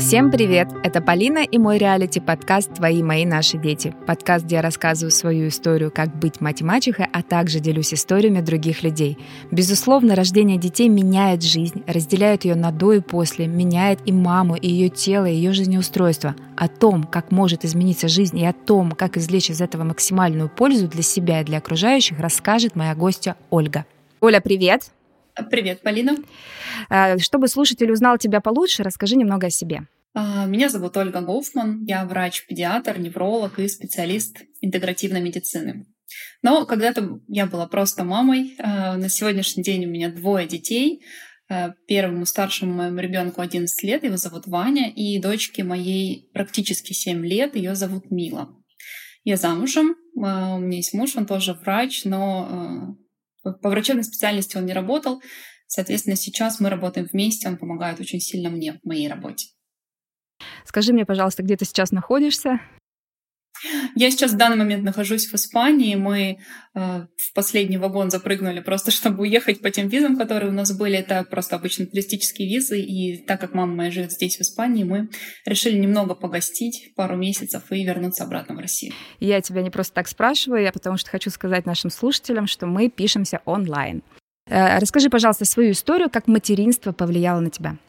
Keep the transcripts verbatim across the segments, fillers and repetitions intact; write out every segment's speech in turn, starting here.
Всем привет! Это Полина и мой реалити-подкаст «Твои, мои, наши дети». Подкаст, где я рассказываю свою историю, как быть мать-мачехой, а также делюсь историями других людей. Безусловно, рождение детей меняет жизнь, разделяет ее на до и после, меняет и маму, и ее тело, и ее жизнеустройство. О том, как может измениться жизнь, и о том, как извлечь из этого максимальную пользу для себя и для окружающих, расскажет моя гостья Ольга. Оля, привет! Привет, Полина. Чтобы слушатель узнал тебя получше, расскажи немного о себе. Меня зовут Ольга Гофман, я врач-педиатр, невролог и специалист интегративной медицины. Но когда-то я была просто мамой. На сегодняшний день у меня двое детей. Первому старшему моему ребенку одиннадцать лет, его зовут Ваня, и дочке моей практически семь лет, ее зовут Мила. Я замужем, у меня есть муж, он тоже врач, но по врачебной специальности он не работал. Соответственно, сейчас мы работаем вместе, он помогает очень сильно мне в моей работе. Скажи мне, пожалуйста, где ты сейчас находишься? Я сейчас в данный момент нахожусь в Испании. Мы э, в последний вагон запрыгнули просто, чтобы уехать по тем визам, которые у нас были. Это просто обычно туристические визы. И так как мама моя живет здесь, в Испании, мы решили немного погостить пару месяцев и вернуться обратно в Россию. Я тебя не просто так спрашиваю, я потому что хочу сказать нашим слушателям, что мы пишемся онлайн. Э, расскажи, пожалуйста, свою историю, как материнство повлияло на тебя.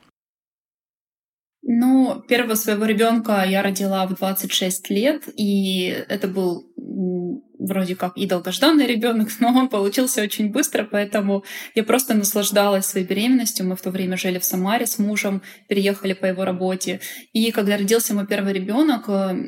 Ну, первого своего ребенка я родила в двадцать шесть лет, и это был вроде как и долгожданный ребенок, но он получился очень быстро, поэтому я просто наслаждалась своей беременностью. Мы в то время жили в Самаре с мужем, переехали по его работе. И когда родился мой первый ребенок,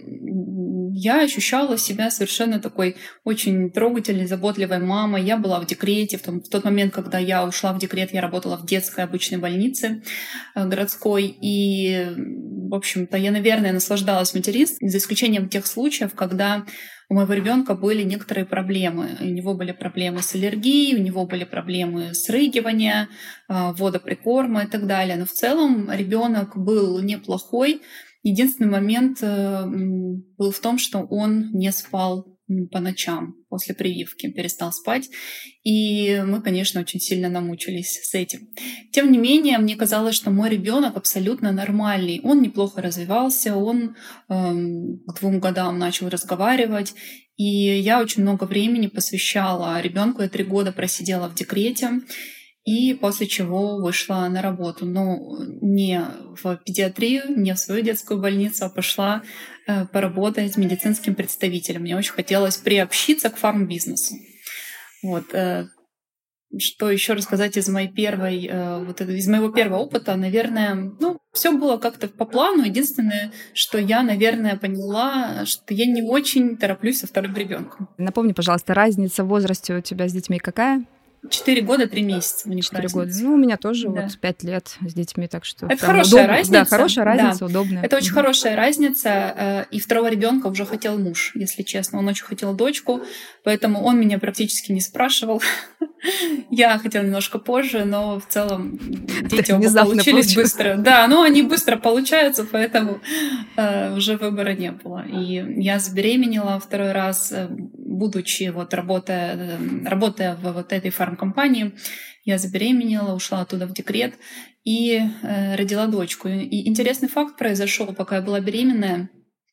я ощущала себя совершенно такой очень трогательной, заботливой мамой. Я была в декрете. В, том, в тот момент, когда я ушла в декрет, я работала в детской обычной больнице городской. И, в общем-то, я, наверное, наслаждалась материнством, за исключением тех случаев, когда у моего ребенка были некоторые проблемы. У него были проблемы с аллергией, у него были проблемы с рыгиванием, водоприкорма и так далее. Но в целом ребенок был неплохой. Единственный момент был в том, что он не спал по ночам после прививки, перестал спать. И мы, конечно, очень сильно намучились с этим. Тем не менее, мне казалось, что мой ребенок абсолютно нормальный. Он неплохо развивался, он э, к двум годам начал разговаривать. И я очень много времени посвящала ребенку. Я три года просидела в декрете. И после чего вышла на работу. Но не в педиатрию, не в свою детскую больницу, а пошла э, поработать медицинским представителем. Мне очень хотелось приобщиться к фармбизнесу. Вот. Э, что еще рассказать из моей первой, э, вот из моего первого опыта? Наверное, ну, все было как-то по плану. Единственное, что я, наверное, поняла, что я не очень тороплюсь со вторым ребенком. Напомни, пожалуйста, разница в возрасте у тебя с детьми какая? Четыре года, три месяца. Четыре года. Ну, у меня тоже да. вот пять лет с детьми, так что... Это хорошая удобно. разница. Да, хорошая разница, да. удобная. Это очень угу. хорошая разница. И второго ребенка уже хотел муж, если честно. Он очень хотел дочку, поэтому он меня практически не спрашивал. Я хотела немножко позже, но в целом дети оба получились быстро. Да, но они быстро получаются, поэтому уже выбора не было. И я забеременела второй раз, будучи вот работая, работая в вот этой фармкомпании, я забеременела, ушла оттуда в декрет и э, родила дочку. И интересный факт произошел, пока я была беременная,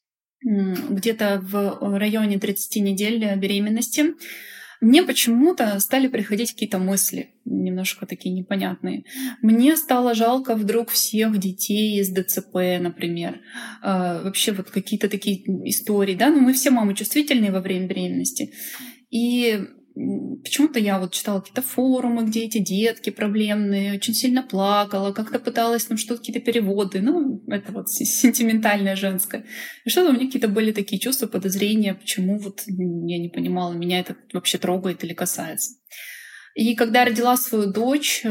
где-то в районе тридцати недель беременности. Мне почему-то стали приходить какие-то мысли, немножко такие непонятные. Мне стало жалко вдруг всех детей из ДЦП, например. Э, вообще вот какие-то такие истории, да, ну мы все мамы чувствительные во время беременности. И почему-то я вот читала какие-то форумы, где эти детки проблемные, очень сильно плакала, как-то пыталась там что-то, какие-то переводы, ну, это вот сентиментальное женское. И что-то у меня какие-то были такие чувства, подозрения, почему вот я не понимала, меня это вообще трогает или касается. И когда я родила свою дочь,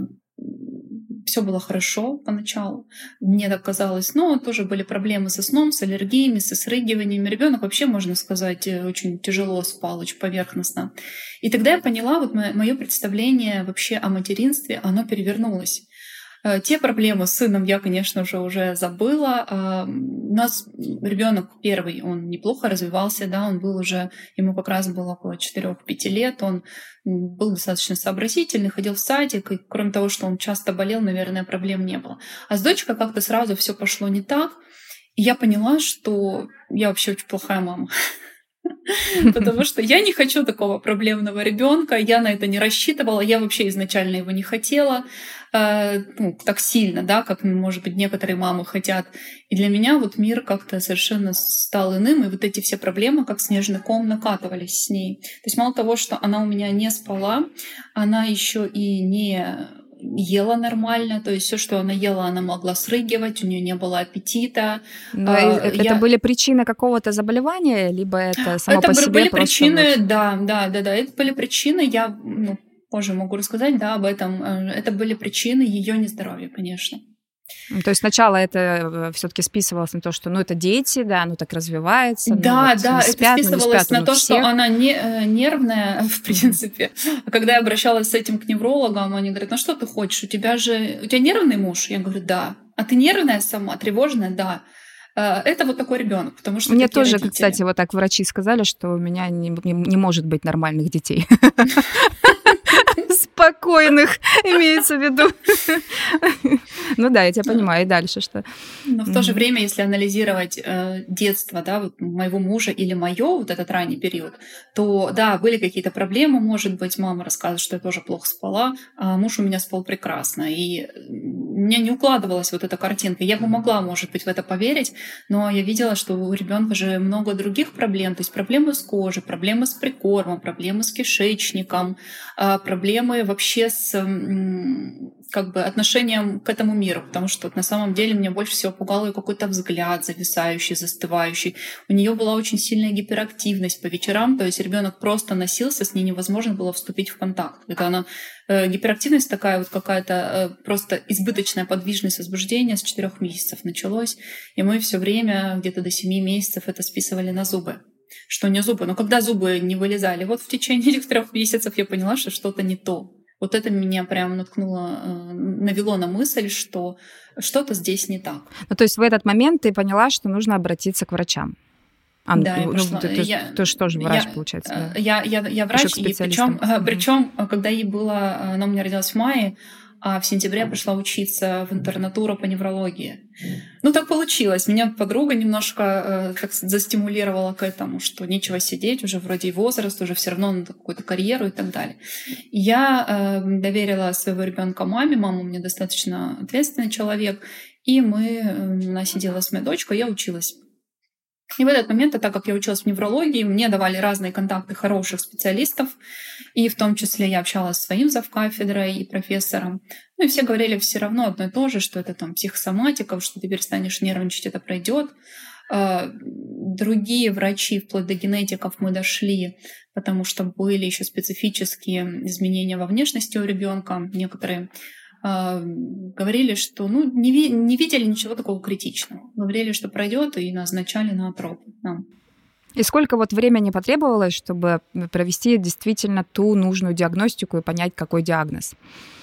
все было хорошо поначалу. Мне так казалось, но тоже были проблемы со сном, с аллергиями, со срыгиваниями. Ребенок вообще, можно сказать, очень тяжело спал, очень поверхностно. И тогда я поняла, вот мое представление вообще о материнстве, оно перевернулось. Те проблемы с сыном я, конечно же, уже забыла. У нас ребенок первый, он неплохо развивался, да, он был уже, ему как раз было около четыре-пять лет, он был достаточно сообразительный, ходил в садик, и кроме того, что он часто болел, наверное, проблем не было. А с дочкой как-то сразу все пошло не так, и я поняла, что я вообще очень плохая мама. Потому что я не хочу такого проблемного ребенка, я на это не рассчитывала, я вообще изначально его не хотела э, ну, так сильно, да, как, может быть, некоторые мамы хотят. И для меня вот мир как-то совершенно стал иным, и вот эти все проблемы, как снежный ком, накатывались с ней. То есть мало того, что она у меня не спала, она еще и не ела нормально, то есть все, что она ела, она могла срыгивать, у нее не было аппетита. Но а, это я... были причины какого-то заболевания, либо это само это по себе были просто... причины, вот... да, да, да, да, это были причины, я ну, позже могу рассказать, да, об этом. Это были причины ее нездоровья, конечно. То есть сначала это все-таки списывалось на то, что ну это дети, да, ну так развивается. Да, ну, вот, да, спят, это списывалось ну, спят, на ну, то, всех. что она не, нервная, в принципе. А когда я обращалась с этим к неврологам, они говорят, ну что ты хочешь, у тебя же, у тебя нервный муж? Я говорю, да. А ты нервная сама, тревожная? Да. Это вот такой ребенок, потому что мне тоже, родители. Кстати, вот так врачи сказали, что у меня не, не, не может быть нормальных детей. Спокойных, имеется в виду. Ну да, я тебя понимаю. И дальше что? Но в то же время, если анализировать э, детство, да, вот моего мужа или моё, вот этот ранний период, то да, были какие-то проблемы, может быть, мама рассказывает, что я тоже плохо спала, а муж у меня спал прекрасно. И у меня не укладывалась вот эта картинка. Я бы могла, может быть, в это поверить, но я видела, что у ребенка же много других проблем, то есть проблемы с кожей, проблемы с прикормом, проблемы с кишечником, проблемы вообще с как бы отношением к этому миру, потому что на самом деле меня больше всего пугал ее какой-то взгляд зависающий, застывающий. У нее была очень сильная гиперактивность по вечерам, то есть ребенок просто носился, с ней невозможно было вступить в контакт. Это она э, гиперактивность такая вот какая-то э, просто избыточная подвижность возбуждения с четырех месяцев началось, и мы все время где-то до семи месяцев это списывали на зубы. Что не зубы, но когда зубы не вылезали, вот в течение этих трех месяцев я поняла, что что-то не то. Вот это меня прям наткнуло, навело на мысль, что что-то здесь не так. Ну, то есть в этот момент ты поняла, что нужно обратиться к врачам? А, да, ну, я пошла. Ты, ты, я, ты же тоже врач, я, получается. Да? Я, я, я врач, и причем, mm-hmm. причем, когда ей было, она у меня родилась в мае, а в сентябре я пошла учиться в интернатуру по неврологии. Ну, так получилось. Меня подруга немножко э, как застимулировала к этому, что нечего сидеть, уже вроде и возраст, уже все равно надо какую-то карьеру и так далее. И я э, доверила своего ребенка маме. Мама у меня достаточно ответственный человек. И мы, она сидела с моей дочкой, я училась. И в этот момент, так как я училась в неврологии, мне давали разные контакты хороших специалистов, и в том числе я общалась с своим завкафедрой и профессором. Ну и все говорили все равно одно и то же, что это там психосоматика, что ты перестанешь нервничать, это пройдет. Другие врачи, вплоть до генетиков, мы дошли, потому что были еще специфические изменения во внешности у ребенка. Некоторые говорили, что ну, не, ви- не видели ничего такого критичного. Говорили, что пройдет, и назначали на атропы. Да. И сколько вот времени потребовалось, чтобы провести действительно ту нужную диагностику и понять, какой диагноз?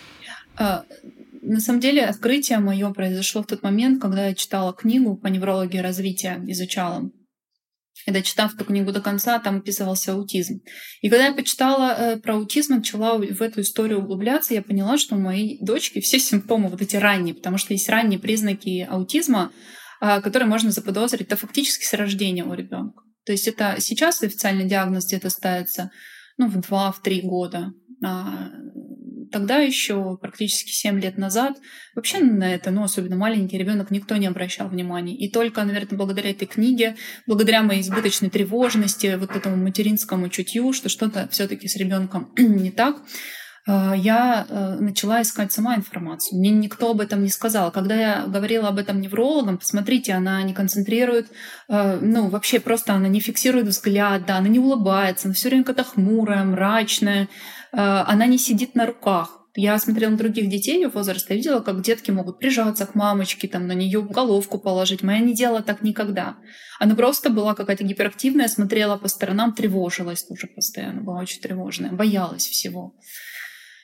На самом деле открытие мое произошло в тот момент, когда я читала книгу по неврологии развития, изучала. И дочитав эту книгу до конца, там описывался аутизм. И когда я почитала э, про аутизм, начала в эту историю углубляться, я поняла, что у моей дочки все симптомы вот эти ранние, потому что есть ранние признаки аутизма, э, которые можно заподозрить, это фактически с рождения у ребенка. То есть это сейчас официальный диагноз где-то ставится ну, в два-три года. А тогда еще практически семь лет назад вообще на это, ну, особенно маленький ребенок, никто не обращал внимания. И только, наверное, благодаря этой книге, благодаря моей избыточной тревожности, вот этому материнскому чутью, что что-то все-таки с ребенком не так, я начала искать сама информацию. Мне никто об этом не сказал. Когда я говорила об этом неврологам, посмотрите, она не концентрирует, ну, вообще просто она не фиксирует взгляд, да, она не улыбается, она все время какая-то хмурая, мрачная, она не сидит на руках. Я смотрела на других детей ее возраста и видела, как детки могут прижаться к мамочке, там, на нее головку положить. Моя не делала так никогда. Она просто была какая-то гиперактивная, смотрела по сторонам, тревожилась тоже постоянно, была очень тревожная, боялась всего.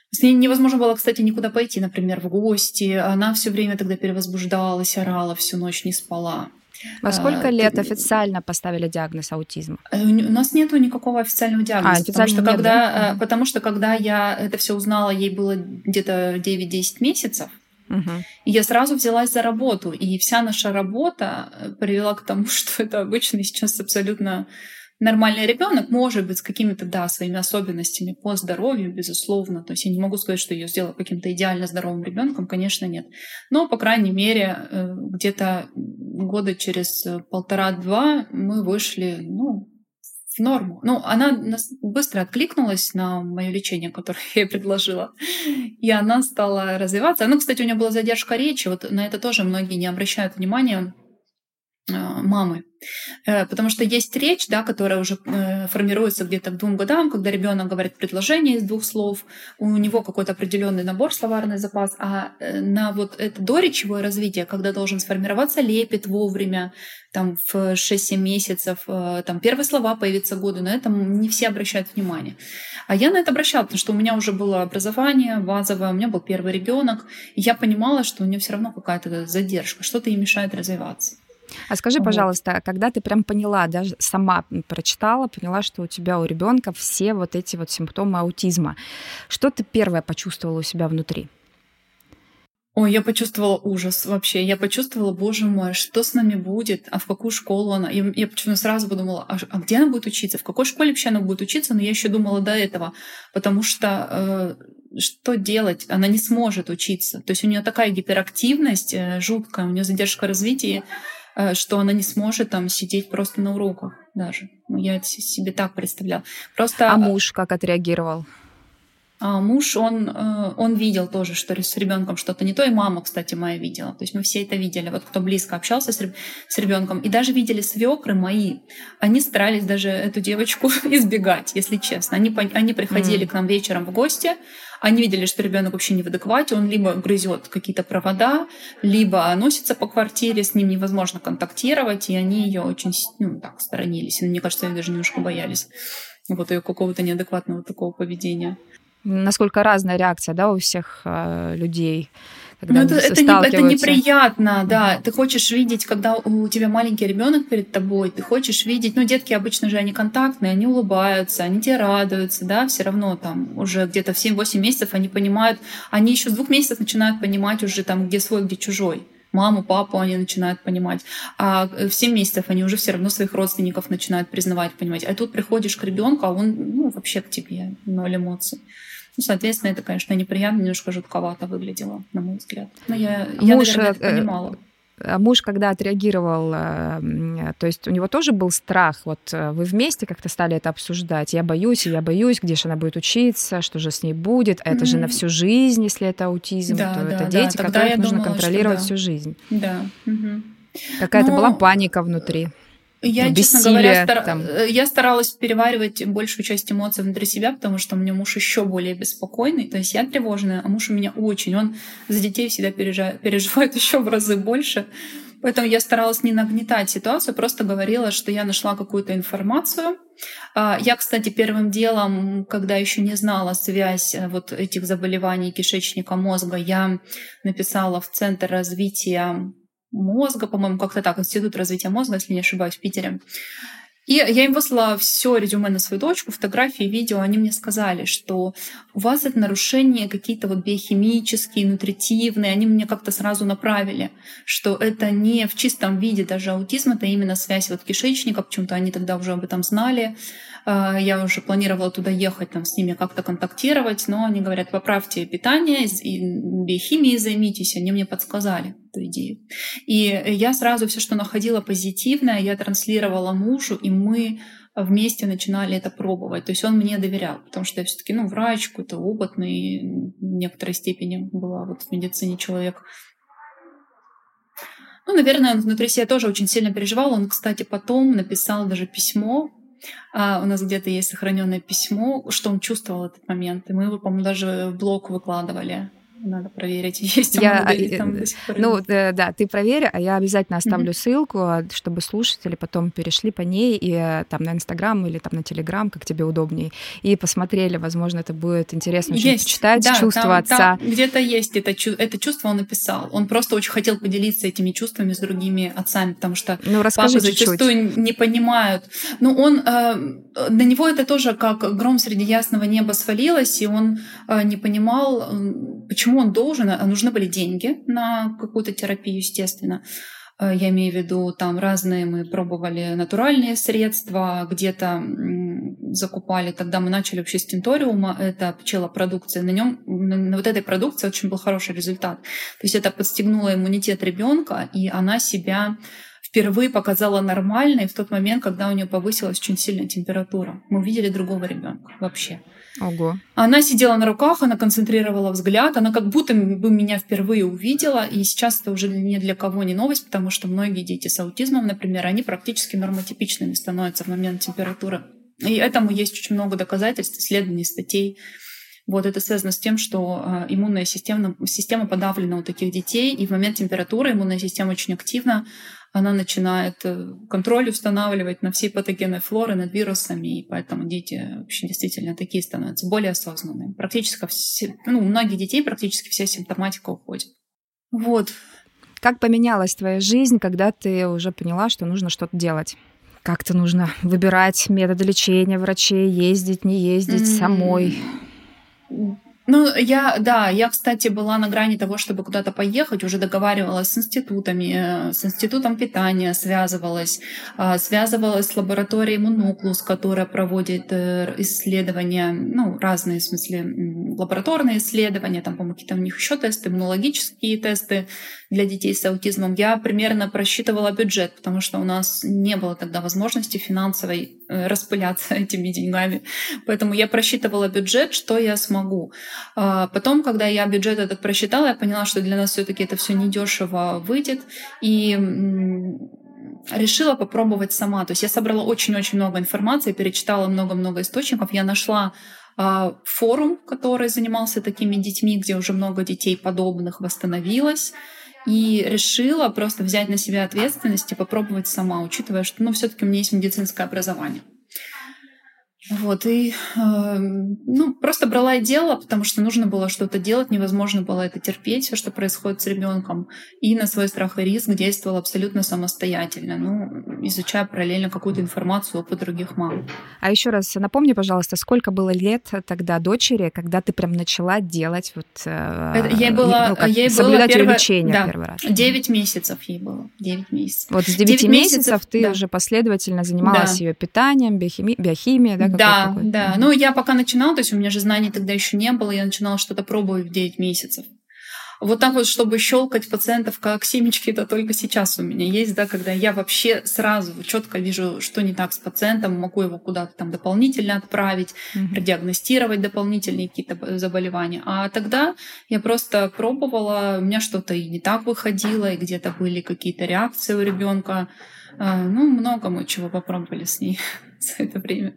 С ней невозможно было, кстати, никуда пойти, например, в гости. Она все время тогда перевозбуждалась, орала, всю ночь не спала. Во сколько лет официально поставили диагноз аутизма? У нас нету никакого официального диагноза, а, потому, что нет, когда, да? потому что когда я это все узнала, ей было где-то девять-десять месяцев, угу. и я сразу взялась за работу. И вся наша работа привела к тому, что это обычный сейчас абсолютно нормальный ребенок, может быть, с какими-то, да, своими особенностями по здоровью, безусловно. То есть я не могу сказать, что ее сделала каким-то идеально здоровым ребенком, конечно, нет. Но, по крайней мере, где-то года через полтора-два мы вышли, ну, в норму. Ну, она быстро откликнулась на мое лечение, которое я ей предложила, и она стала развиваться. Ну, кстати, у нее была задержка речи, вот на это тоже многие не обращают внимания, мамы. Потому что есть речь, да, которая уже формируется где-то к двум годам, когда ребенок говорит предложение из двух слов, у него какой-то определенный набор, словарный запас, а на вот это доречевое развитие, когда должен сформироваться лепет вовремя, там в шесть-семь месяцев, там первые слова появятся году, на это не все обращают внимание. А я на это обращала, потому что у меня уже было образование базовое, у меня был первый ребенок, и я понимала, что у нее все равно какая-то задержка, что-то ей мешает развиваться. А скажи, Вот. пожалуйста, когда ты прям поняла, даже сама прочитала, поняла, что у тебя, у ребенка все вот эти вот симптомы аутизма, что ты первое почувствовала у себя внутри? Ой, я почувствовала ужас вообще. Я почувствовала, боже мой, что с нами будет, а в какую школу она. Я, я почему-то сразу подумала, а, а где она будет учиться, в какой школе вообще она будет учиться, но я еще думала до этого, потому что э, что делать? Она не сможет учиться. То есть у нее такая гиперактивность э, жуткая, у нее задержка развития, что она не сможет там сидеть просто на уроках даже. Ну, я это себе так представляла. Просто... А муж как отреагировал? А муж, он, он видел тоже, что с ребенком что-то не то, и мама, кстати, моя видела. То есть мы все это видели, вот кто близко общался с, с ребенком, и даже видели свекры мои. Они старались даже эту девочку избегать, если честно. Они, они приходили mm. к нам вечером в гости, они видели, что ребенок вообще не в адеквате, он либо грызет какие-то провода, либо носится по квартире, с ним невозможно контактировать, и они ее очень, ну, так, сторонились. И мне кажется, они даже немножко боялись вот ее какого-то неадекватного такого поведения. Насколько разная реакция, да, у всех э, людей, когда ну, это, это, не, это неприятно, да. Mm-hmm. Ты хочешь видеть, когда у тебя маленький ребенок перед тобой, ты хочешь видеть, ну, детки обычно же они контактные, они улыбаются, они тебе радуются, да, все равно там уже где-то в семь-восемь месяцев они понимают, они еще с двух месяцев начинают понимать уже там, где свой, где чужой. Маму, папу они начинают понимать. А в семь месяцев они уже все равно своих родственников начинают признавать, понимать. А тут приходишь к ребенку, а он, ну, вообще к тебе, ноль эмоций. Ну, соответственно, это, конечно, неприятно, немножко жутковато выглядело, на мой взгляд. Но я, я муж, наверное, это понимала. А муж, когда отреагировал, то есть у него тоже был страх, вот вы вместе как-то стали это обсуждать, я боюсь, я боюсь, где же она будет учиться, что же с ней будет, а это mm-hmm. же на всю жизнь, если это аутизм, да, то да, это да. дети, Тогда которых нужно думала, контролировать да. всю жизнь. Да. Угу. Какая-то Но... была паника внутри. Я, ну, честно бессилие, говоря, стар... там. я старалась переваривать большую часть эмоций внутри себя, потому что у меня муж еще более беспокойный. То есть я тревожная, а муж у меня очень. Он за детей всегда переживает, переживает еще в разы больше. Поэтому я старалась не нагнетать ситуацию, просто говорила, что я нашла какую-то информацию. Я, кстати, первым делом, когда еще не знала связь вот этих заболеваний кишечника, мозга, я написала в Центр развития мозга, по-моему, как-то так, Институт развития мозга, если не ошибаюсь, в Питере. И я им выслала все резюме на свою дочку, фотографии, видео. Они мне сказали, что у вас это нарушения какие-то вот биохимические, нутритивные. Они мне как-то сразу направили, что это не в чистом виде даже аутизм, это именно связь вот кишечника. Почему-то они тогда уже об этом знали. Я уже планировала туда ехать, там, с ними как-то контактировать, но они говорят, поправьте питание, и биохимией займитесь. Они мне подсказали эту идею. И я сразу все, что находила позитивное, я транслировала мужу, и мы вместе начинали это пробовать. То есть он мне доверял, потому что я все-таки, ну, врач какой-то опытный, в некоторой степени была вот в медицине человек. Ну, наверное, он внутри себя тоже очень сильно переживал. Он, кстати, потом написал даже письмо. А у нас где-то есть сохраненное письмо, что он чувствовал в этот момент. И мы его, по-моему, даже в блог выкладывали. Надо проверить, есть я, модель там до сих пор. Ну, да, да, ты проверь, а я обязательно оставлю mm-hmm. ссылку, чтобы слушатели потом перешли по ней и там на Инстаграм или там на Телеграм, как тебе удобнее, и посмотрели, возможно, это будет интересно очень есть, почитать, да, чувства там, отца. Там где-то есть это, это чувство, он написал. Он просто очень хотел поделиться этими чувствами с другими отцами, потому что ну, расскажи папы зачастую чуть-чуть. не понимают. Ну, он, э, на него это тоже как гром среди ясного неба свалилось, и он э, не понимал, почему он должен, а нужны были деньги на какую-то терапию, естественно. Я имею в виду, там разные мы пробовали натуральные средства, где-то закупали. Тогда мы начали вообще с тинториума, это пчелопродукция. На нем, на вот этой продукции очень был хороший результат. То есть это подстегнуло иммунитет ребенка, и она себя впервые показала нормальной в тот момент, когда у нее повысилась очень сильная температура. Мы увидели другого ребенка вообще. Ого. Она сидела на руках, она концентрировала взгляд, она как будто бы меня впервые увидела, и сейчас это уже ни для кого не новость, потому что многие дети с аутизмом, например, они практически нормотипичными становятся в момент температуры. И этому есть очень много доказательств, исследований, статей. Вот это связано с тем, что иммунная система, система подавлена у таких детей, и в момент температуры иммунная система очень активна, она начинает контроль устанавливать на всей патогенной флоры, над вирусами, и поэтому дети вообще действительно такие становятся более осознанными. Практически все, ну, у многих детей практически вся симптоматика уходит. Вот. Как поменялась твоя жизнь, когда ты уже поняла, что нужно что-то делать? Как-то нужно выбирать методы лечения, врачей, ездить, не ездить, mm-hmm. самой? Ну, я, да, я, кстати, была на грани того, чтобы куда-то поехать, уже договаривалась с институтами, с институтом питания связывалась, связывалась с лабораторией Immunoculus, которая проводит исследования, ну, разные, в смысле, лабораторные исследования, там, по-моему, какие-то у них еще тесты, иммунологические тесты для детей с аутизмом. Я примерно просчитывала бюджет, потому что у нас не было тогда возможности финансовой распыляться этими деньгами. Поэтому я просчитывала бюджет, что я смогу. Потом, когда я бюджет этот просчитала, я поняла, что для нас все-таки это все недешево выйдет. И решила попробовать сама. То есть я собрала очень-очень много информации, перечитала много-много источников. Я нашла форум, который занимался такими детьми, где уже много детей подобных восстановилось. И решила просто взять на себя ответственность и попробовать сама, учитывая, что ну, все-таки у меня есть медицинское образование. Вот, и э, ну, просто брала и делала, потому что нужно было что-то делать, невозможно было это терпеть, все, что происходит с ребенком. И на свой страх и риск действовала абсолютно самостоятельно, ну, изучая параллельно какую-то информацию, опыт других мам. А еще раз напомни, пожалуйста, сколько было лет тогда дочери, когда ты прям начала делать вот это, ей было, ну, ей соблюдать было первое, лечение да, первый раз? девять месяцев ей было, девять месяцев. Вот с девяти месяцев, месяцев ты да. уже последовательно занималась да. ее питанием, биохими... биохимией, да? Да, такой? да. Mm-hmm. Ну, я пока начинала, то есть у меня же знаний тогда еще не было, я начинала что-то пробовать в девять месяцев. Вот так вот, чтобы щелкать пациентов как семечки, это только сейчас у меня есть, да, когда я вообще сразу четко вижу, что не так с пациентом, могу его куда-то там дополнительно отправить, mm-hmm. продиагностировать дополнительные какие-то заболевания. А тогда я просто пробовала, у меня что-то и не так выходило, и где-то были какие-то реакции у ребенка. Ну, много мы чего попробовали с ней за это время.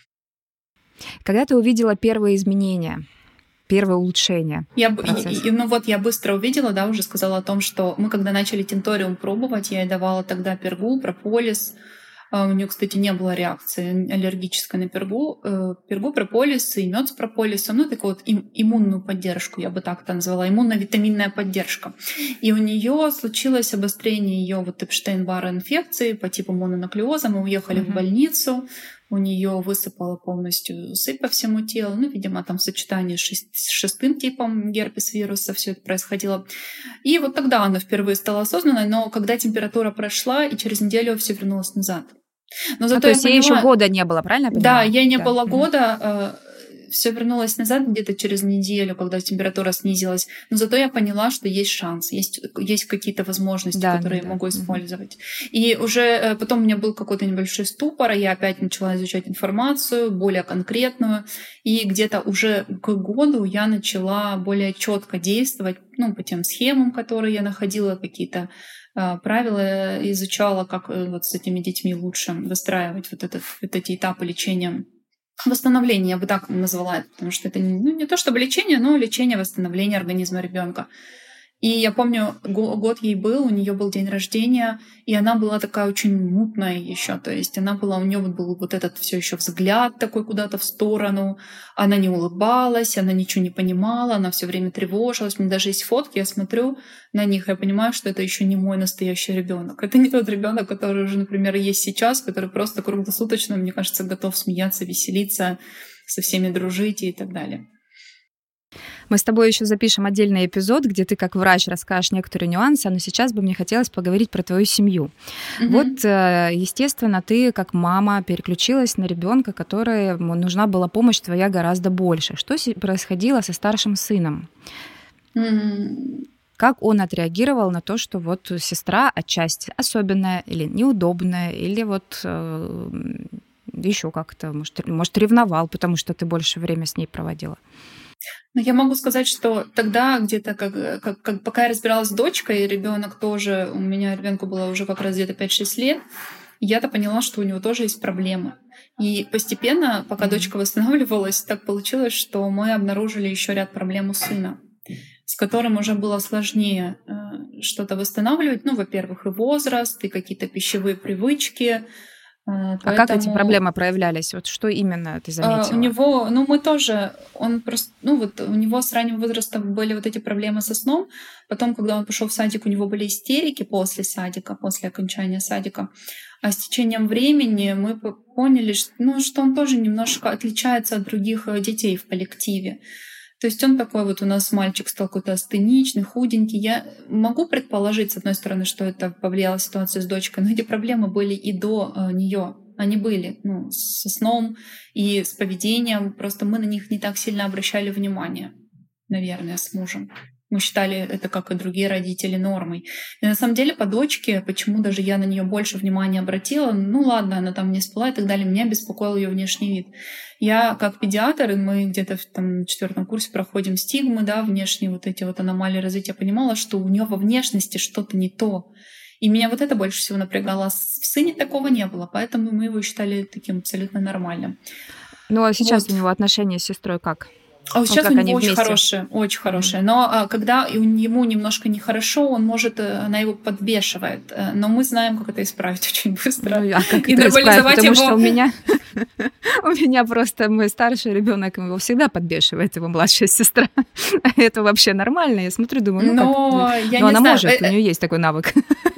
Когда ты увидела первые изменения, первое улучшение? Я, и, ну вот я быстро увидела, да, уже сказала о том, что мы когда начали тинториум пробовать, я ей давала тогда пергу, прополис. У нее, кстати, не было реакции аллергической на пергу. Пергу, прополис и мед с прополисом, ну, такую вот иммунную поддержку, я бы так это назвала, иммуно-витаминная поддержка. И у нее случилось обострение ее вот Эпштейн-Барр инфекции по типу мононуклеоза. Мы уехали mm-hmm. в больницу. У нее высыпала полностью сыпь по всему телу. Ну, видимо, там в сочетании с шестым типом герпес-вируса все это происходило. И вот тогда она впервые стала осознанной, но когда температура прошла, и через неделю все вернулось назад. Но зато а, то есть поняла... ей еще года не было, правильно я понимаю? Да, ей не да. было года. Все вернулось назад где-то через неделю, когда температура снизилась. Но зато я поняла, что есть шанс, есть, есть какие-то возможности, да, которые да, я могу да. использовать. И уже потом у меня был какой-то небольшой ступор, и я опять начала изучать информацию, более конкретную. И где-то уже к году я начала более четко действовать, ну, по тем схемам, которые я находила, какие-то правила изучала, как вот с этими детьми лучше выстраивать вот, этот, вот эти этапы лечения. восстановление, я бы так назвала это, потому что это не, ну, не то чтобы лечение, но лечение восстановления организма ребенка. И я помню, год ей был, у нее был день рождения, и она была такая очень мутная еще. То есть она была, у нее вот был вот этот все еще взгляд такой куда-то в сторону. Она не улыбалась, она ничего не понимала, она все время тревожилась. У меня даже есть фотки, я смотрю на них, я понимаю, что это еще не мой настоящий ребенок. Это не тот ребенок, который уже, например, есть сейчас, который просто круглосуточно, мне кажется, готов смеяться, веселиться, со всеми дружить и так далее. Мы с тобой еще запишем отдельный эпизод, где ты как врач расскажешь некоторые нюансы, но сейчас бы мне хотелось поговорить про твою семью. Mm-hmm. Вот, естественно, ты как мама переключилась на ребенка, которому нужна была помощь твоя гораздо больше. Что происходило со старшим сыном? Mm-hmm. Как он отреагировал на то, что вот сестра отчасти особенная или неудобная, или вот э, еще как-то, может, может, ревновал, потому что ты больше время с ней проводила? Но я могу сказать, что тогда где-то, как, как, как, пока я разбиралась с дочкой, ребенок тоже, у меня ребенку было уже как раз где-то пять-шесть лет, я-то поняла, что у него тоже есть проблемы. И постепенно, пока mm-hmm. дочка восстанавливалась, так получилось, что мы обнаружили еще ряд проблем у сына, с которым уже было сложнее э, что-то восстанавливать. Ну, во-первых, и возраст, и какие-то пищевые привычки. А Поэтому... как эти проблемы проявлялись? Вот что именно ты заметила? У него, ну мы тоже, он просто, ну вот у него с раннего возраста были вот эти проблемы со сном. Потом, когда он пошел в садик, у него были истерики после садика, после окончания садика. А с течением времени мы поняли, что, ну, что он тоже немножко отличается от других детей в коллективе. То есть он такой вот у нас мальчик стал какой-то астеничный, худенький. Я могу предположить, с одной стороны, что это повлияло ситуацию с дочкой, но эти проблемы были и до э, нее. Они были ну, со сном и с поведением. Просто мы на них не так сильно обращали внимание, наверное, с мужем. Мы считали это, как и другие родители, нормой. И на самом деле по дочке, почему даже я на нее больше внимания обратила, ну ладно, она там не спала и так далее, меня беспокоил ее внешний вид. Я как педиатр, и мы где-то в там, на четвертом курсе проходим стигмы, да, внешние вот эти вот аномалии развития, понимала, что у нее во внешности что-то не то. И меня вот это больше всего напрягало. В сыне такого не было, поэтому мы его считали таким абсолютно нормальным. Ну а сейчас вот. У него отношения с сестрой как? А сейчас вот у него очень хорошие, очень хорошие. Но а, когда ему немножко нехорошо, он может, она его подбешивает. Но мы знаем, как это исправить очень быстро. Ну, а как и это исправить? Потому его... что у меня, у меня просто мой старший ребенок его всегда подбешивает, его младшая сестра. Это вообще нормально. Я смотрю, думаю, ну но как? Я Но не она знаю. может, у нее есть такой навык.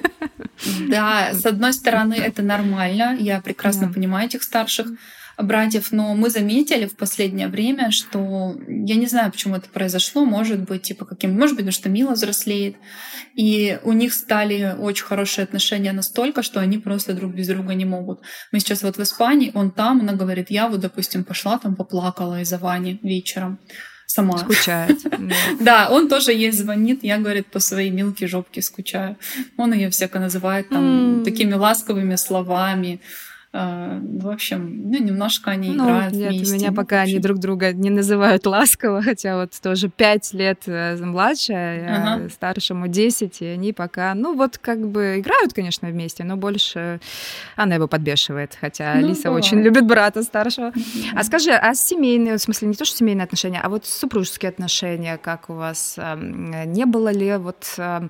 Да, с одной стороны, это нормально. Я прекрасно да. понимаю этих старших братьев, но мы заметили в последнее время, что я не знаю, почему это произошло, может быть, типа каким, может быть, потому что Мила взрослеет, и у них стали очень хорошие отношения настолько, что они просто друг без друга не могут. Мы сейчас вот в Испании, он там, она говорит, я вот, допустим, пошла там поплакала из-за Вани вечером. Сама. Скучает. Да, он тоже ей звонит, я, говорит, по своей Милке жопке скучаю. Он ее всяко называет там такими ласковыми словами. В общем, ну, немножко они ну, играют нет, вместе. У меня пока они друг друга не называют ласково, хотя вот тоже пять лет младшая, ага. а старшему десять, и они пока, ну вот как бы играют, конечно, вместе, но больше она его подбешивает, хотя ну, Алиса бывает. Очень любит брата старшего. Mm-hmm. А скажи, а семейные, в смысле не то, что семейные отношения, а вот супружеские отношения, как у вас? Не было ли вот...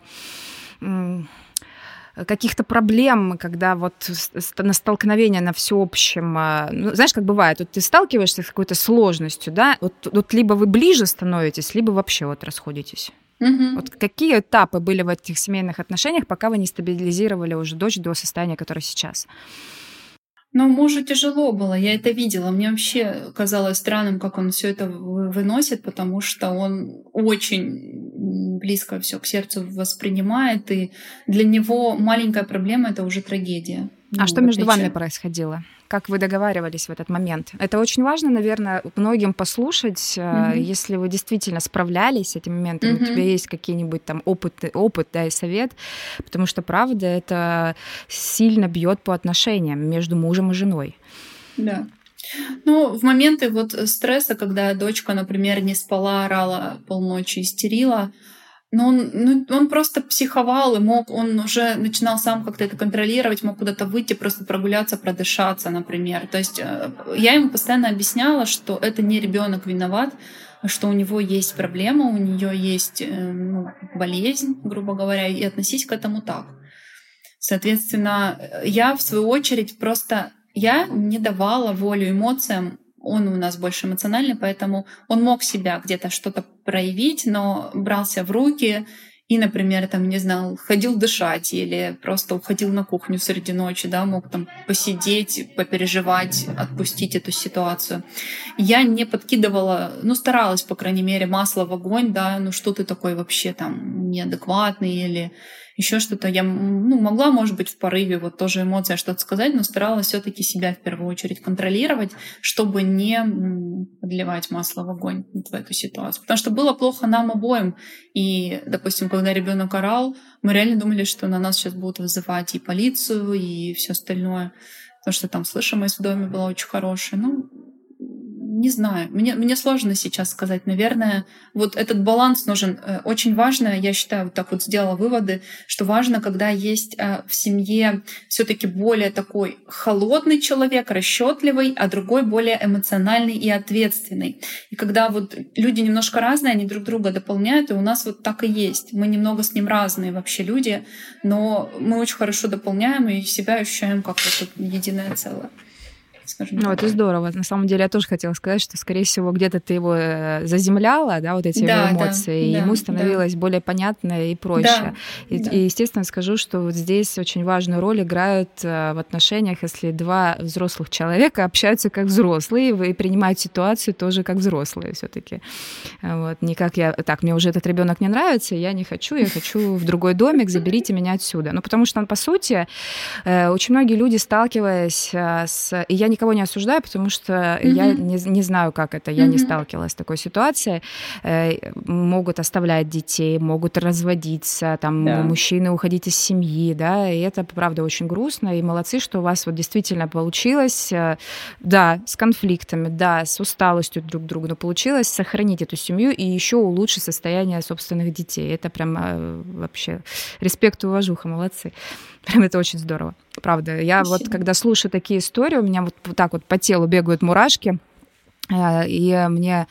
каких-то проблем, когда вот на столкновение на всеобщем, ну, знаешь, как бывает, вот ты сталкиваешься с какой-то сложностью, да, вот, вот либо вы ближе становитесь, либо вообще вот расходитесь. Mm-hmm. Вот какие этапы были в этих семейных отношениях, пока вы не стабилизировали уже дочь до состояния, которое сейчас? Но мужу тяжело было, я это видела. Мне вообще казалось странным, как он все это выносит, потому что он очень близко все к сердцу воспринимает, и для него маленькая проблема — это уже трагедия. А ну, что между вами происходило? Как вы договаривались в этот момент? Это очень важно, наверное, многим послушать, mm-hmm. если вы действительно справлялись с этим моментом, mm-hmm. у тебя есть какие-нибудь там опыт, опыт, да, и совет, потому что, правда, это сильно бьет по отношениям между мужем и женой. Да. Ну, в моменты вот стресса, когда дочка, например, не спала, орала полночи, истерила, Но он, ну, он просто психовал и мог, он уже начинал сам как-то это контролировать, мог куда-то выйти, просто прогуляться, продышаться, например. То есть я ему постоянно объясняла, что это не ребенок виноват, что у него есть проблема, у нее есть ну, болезнь, грубо говоря, и относись к этому так. Соответственно, я в свою очередь просто я не давала волю эмоциям. Он у нас больше эмоциональный, поэтому он мог себя где-то что-то проявить, но брался в руки и, например, там, не знаю, ходил дышать или просто уходил на кухню среди ночи, да, мог там посидеть, попереживать, отпустить эту ситуацию. Я не подкидывала, ну, старалась, по крайней мере, масло в огонь, да, ну, что ты такой вообще там неадекватный или еще что-то. Я ну, могла, может быть, в порыве вот тоже эмоция что-то сказать, но старалась все-таки себя в первую очередь контролировать, чтобы не подливать масло в огонь в эту ситуацию. Потому что было плохо нам обоим. И, допустим, когда ребенок орал, мы реально думали, что на нас сейчас будут вызывать и полицию, и все остальное. Потому что там слышимость в доме была очень хорошая. Ну, не знаю, мне, мне сложно сейчас сказать. Наверное, вот этот баланс нужен. Очень важно, я считаю, вот так вот сделала выводы, что важно, когда есть в семье все-таки более такой холодный человек, расчетливый, а другой более эмоциональный и ответственный. И когда вот люди немножко разные, они друг друга дополняют, и у нас вот так и есть. Мы немного с ним разные вообще люди, но мы очень хорошо дополняем и себя ощущаем как вот единое целое. Ну, это здорово. На самом деле, я тоже хотела сказать, что, скорее всего, где-то ты его заземляла, да, вот эти да, эмоции, да, и да, ему становилось да. более понятно и проще. Да, и, да. и, естественно, скажу, что вот здесь очень важную роль играют в отношениях, если два взрослых человека общаются как взрослые и принимают ситуацию тоже как взрослые все-таки. Вот. Не как я, так, мне уже этот ребенок не нравится, я не хочу, я хочу в другой домик, заберите меня отсюда. Ну, потому что, по сути, очень многие люди, сталкиваясь с... И я никого не осуждаю, потому что mm-hmm. я не, не знаю, как это, я mm-hmm. не сталкивалась с такой ситуацией. Могут оставлять детей, могут разводиться, там, yeah. мужчины уходить из семьи, да, и это, правда, очень грустно, и молодцы, что у вас вот действительно получилось, да, с конфликтами, да, с усталостью друг к другу, но получилось сохранить эту семью и еще улучшить состояние собственных детей. Это прям вообще респект и уважуха, молодцы. Прям это очень здорово. Правда. Я Спасибо. Вот, когда слушаю такие истории, у меня вот так вот по телу бегают мурашки, и мне,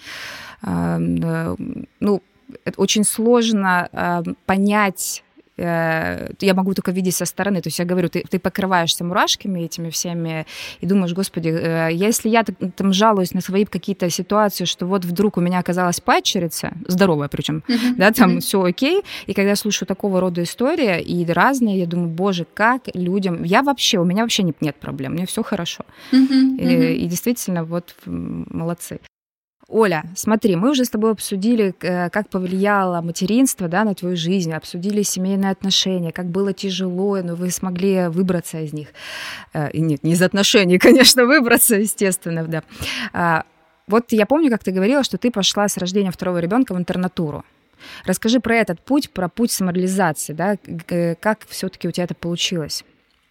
ну, очень сложно понять, я могу только видеть со стороны. То есть я говорю, ты, ты покрываешься мурашками этими всеми и думаешь, господи, если я там жалуюсь на свои какие-то ситуации, что вот вдруг у меня оказалась падчерица, здоровая причем, uh-huh. да, там uh-huh. все окей, и когда я слушаю такого рода истории и разные, я думаю, боже, как людям... Я вообще, у меня вообще нет проблем, у меня все хорошо. Uh-huh. Uh-huh. И, и действительно, вот молодцы. Оля, смотри, мы уже с тобой обсудили, как повлияло материнство, да, на твою жизнь, обсудили семейные отношения, как было тяжело, но вы смогли выбраться из них. Нет, не из отношений, конечно, выбраться, естественно, да. Вот я помню, как ты говорила, что ты пошла с рождения второго ребенка в интернатуру. Расскажи про этот путь, про путь самореализации, да, как все-таки у тебя это получилось?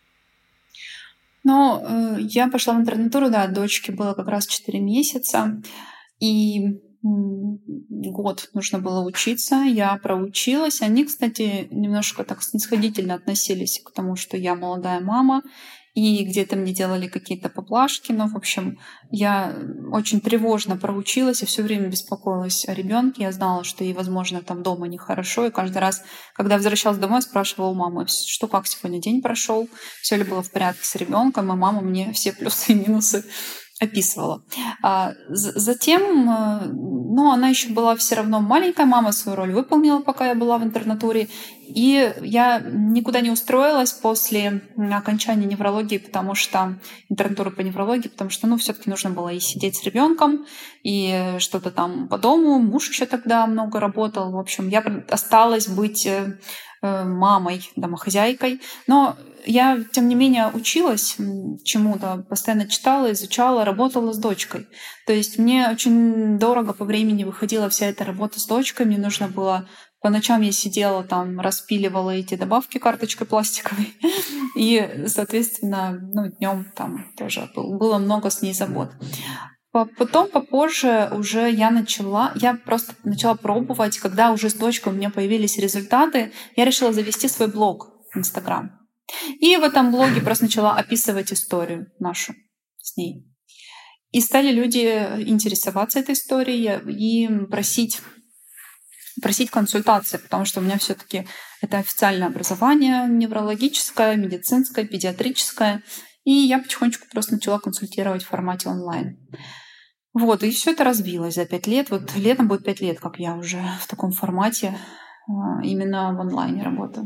Ну, я пошла в интернатуру, да, дочке было как раз четыре месяца. И год нужно было учиться, я проучилась. Они, кстати, немножко так снисходительно относились к тому, что я молодая мама, и где-то мне делали какие-то поблажки. Но, в общем, я очень тревожно проучилась и все время беспокоилась о ребенке. Я знала, что ей, возможно, там дома нехорошо. И каждый раз, когда возвращалась домой, спрашивала у мамы, что как сегодня день прошел, все ли было в порядке с ребенком. И мама мне все плюсы и минусы описывала. А затем, ну, она еще была все равно маленькая, мама свою роль выполнила, пока я была в интернатуре. И я никуда не устроилась после окончания неврологии, потому что интернатуры по неврологии, потому что, ну, все-таки нужно было и сидеть с ребенком, и что-то там по дому. Муж еще тогда много работал. В общем, я осталась быть мамой, домохозяйкой. Но я, тем не менее, училась чему-то, постоянно читала, изучала, работала с дочкой. То есть мне очень дорого по времени выходила вся эта работа с дочкой. Мне нужно было... По ночам я сидела там, распиливала эти добавки карточкой пластиковой. И, соответственно, ну, днем там тоже было много с ней забот. Потом, попозже уже я начала, я просто начала пробовать, когда уже с дочкой у меня появились результаты, я решила завести свой блог в Инстаграм. И в этом блоге просто начала описывать историю нашу с ней. И стали люди интересоваться этой историей и просить, просить консультации, потому что у меня все-таки это официальное образование неврологическое, медицинское, педиатрическое. И я потихонечку просто начала консультировать в формате онлайн. Вот, и все это развилось за пять лет. Вот летом будет пять лет, как я уже в таком формате именно в онлайне работаю.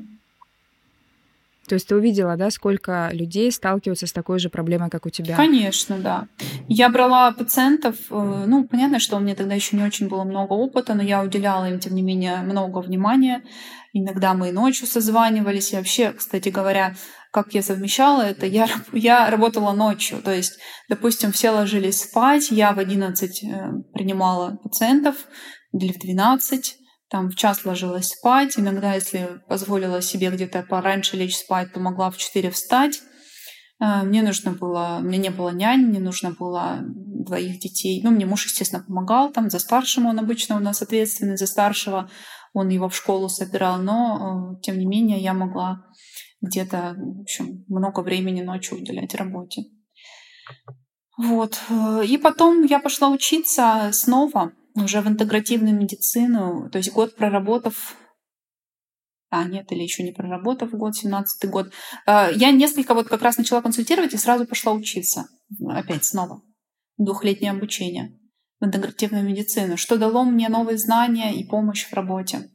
То есть ты увидела, да, сколько людей сталкиваются с такой же проблемой, как у тебя? Конечно, да. Я брала пациентов, ну, понятно, что у меня тогда еще не очень было много опыта, но я уделяла им, тем не менее, много внимания. Иногда мы и ночью созванивались. И вообще, кстати говоря, как я совмещала это, я, я работала ночью. То есть, допустим, все ложились спать, я в одиннадцать принимала пациентов или в двенадцать. Там в час ложилась спать. Иногда, если позволила себе где-то пораньше лечь спать, то могла в четыре встать. Мне нужно было, мне не было нянь, мне нужно было двоих детей. Ну, мне муж, естественно, помогал. Там за старшим он обычно у нас ответственный, за старшего он его в школу собирал. Но, тем не менее, я могла где-то, в общем, много времени ночью уделять работе. Вот. И потом я пошла учиться снова уже в интегративную медицину, то есть год проработав, а нет, или еще не проработав год, семнадцатый год, я несколько вот как раз начала консультировать и сразу пошла учиться, опять снова, двухлетнее обучение в интегративную медицину, что дало мне новые знания и помощь в работе.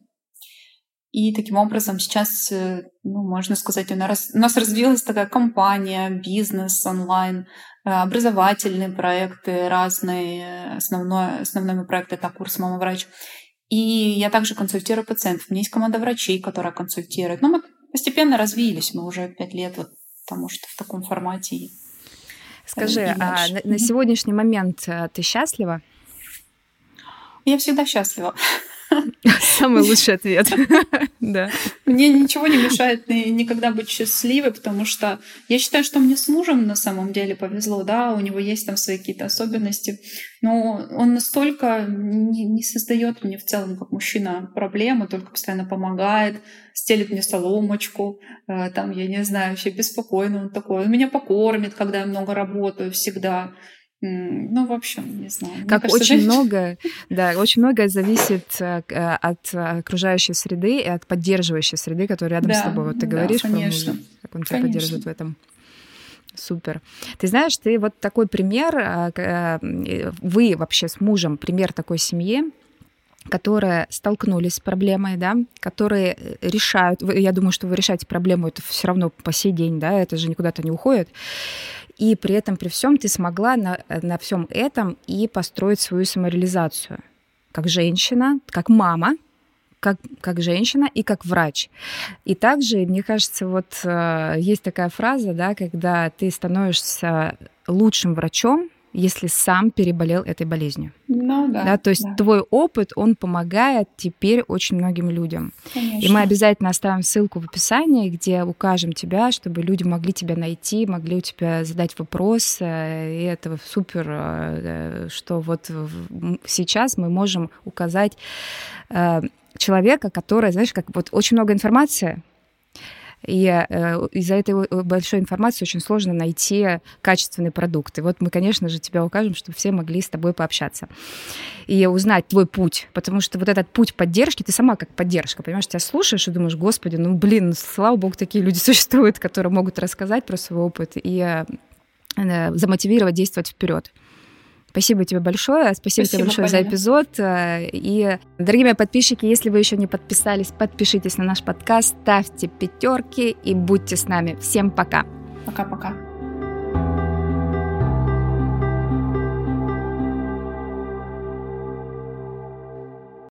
И таким образом сейчас, ну, можно сказать, у нас, у нас развилась такая компания, бизнес онлайн, образовательные проекты разные. Основной, основной мой проект — это курс «Мама-врач». И я также консультирую пациентов. У меня есть команда врачей, которая консультирует. Но мы постепенно развились. Мы уже пять лет, вот, потому что в таком формате. Скажи, а на, на сегодняшний момент ты счастлива? Я всегда счастлива. Самый лучший ответ. Да. Мне ничего не мешает никогда быть счастливой, потому что я считаю, что мне с мужем на самом деле повезло, да, у него есть там свои какие-то особенности, но он настолько не, не создает мне в целом как мужчина проблемы, только постоянно помогает, стелит мне соломочку, там, я не знаю, вообще беспокойно он такой, он меня покормит, когда я много работаю, всегда. Ну, в общем, не знаю. Как кажется, очень женщина... много, да, очень многое зависит от окружающей среды и от поддерживающей среды, которая рядом да, с тобой. Вот ты да, говоришь конечно. про мужа, как он тебя конечно. поддерживает в этом. Супер. Ты знаешь, ты вот такой пример, вы вообще с мужем пример такой семьи, которые столкнулись с проблемой, да, которые решают, я думаю, что вы решаете проблему, это все равно по сей день, да, это же никуда-то не уходит, и при этом, при всем ты смогла на, на всем этом и построить свою самореализацию как женщина, как мама, как, как женщина и как врач. И также, мне кажется, вот есть такая фраза, да, когда ты становишься лучшим врачом, если сам переболел этой болезнью. Ну да. да то есть да. твой опыт, он помогает теперь очень многим людям. Конечно. И мы обязательно оставим ссылку в описании, где укажем тебя, чтобы люди могли тебя найти, могли у тебя задать вопрос. И это супер, что вот сейчас мы можем указать человека, который, знаешь, как вот очень много информации, и э, из-за этой большой информации очень сложно найти качественный продукт. И вот мы, конечно же, тебя укажем, чтобы все могли с тобой пообщаться и узнать твой путь. Потому что вот этот путь поддержки, ты сама как поддержка, понимаешь, тебя слушаешь и думаешь, господи, ну, блин, слава богу, такие люди существуют, которые могут рассказать про свой опыт и э, замотивировать действовать вперед. Спасибо тебе большое. Спасибо, Спасибо тебе большое Полина. За эпизод. И, дорогие мои подписчики, если вы еще не подписались, подпишитесь на наш подкаст, ставьте пятерки и будьте с нами. Всем пока. Пока-пока.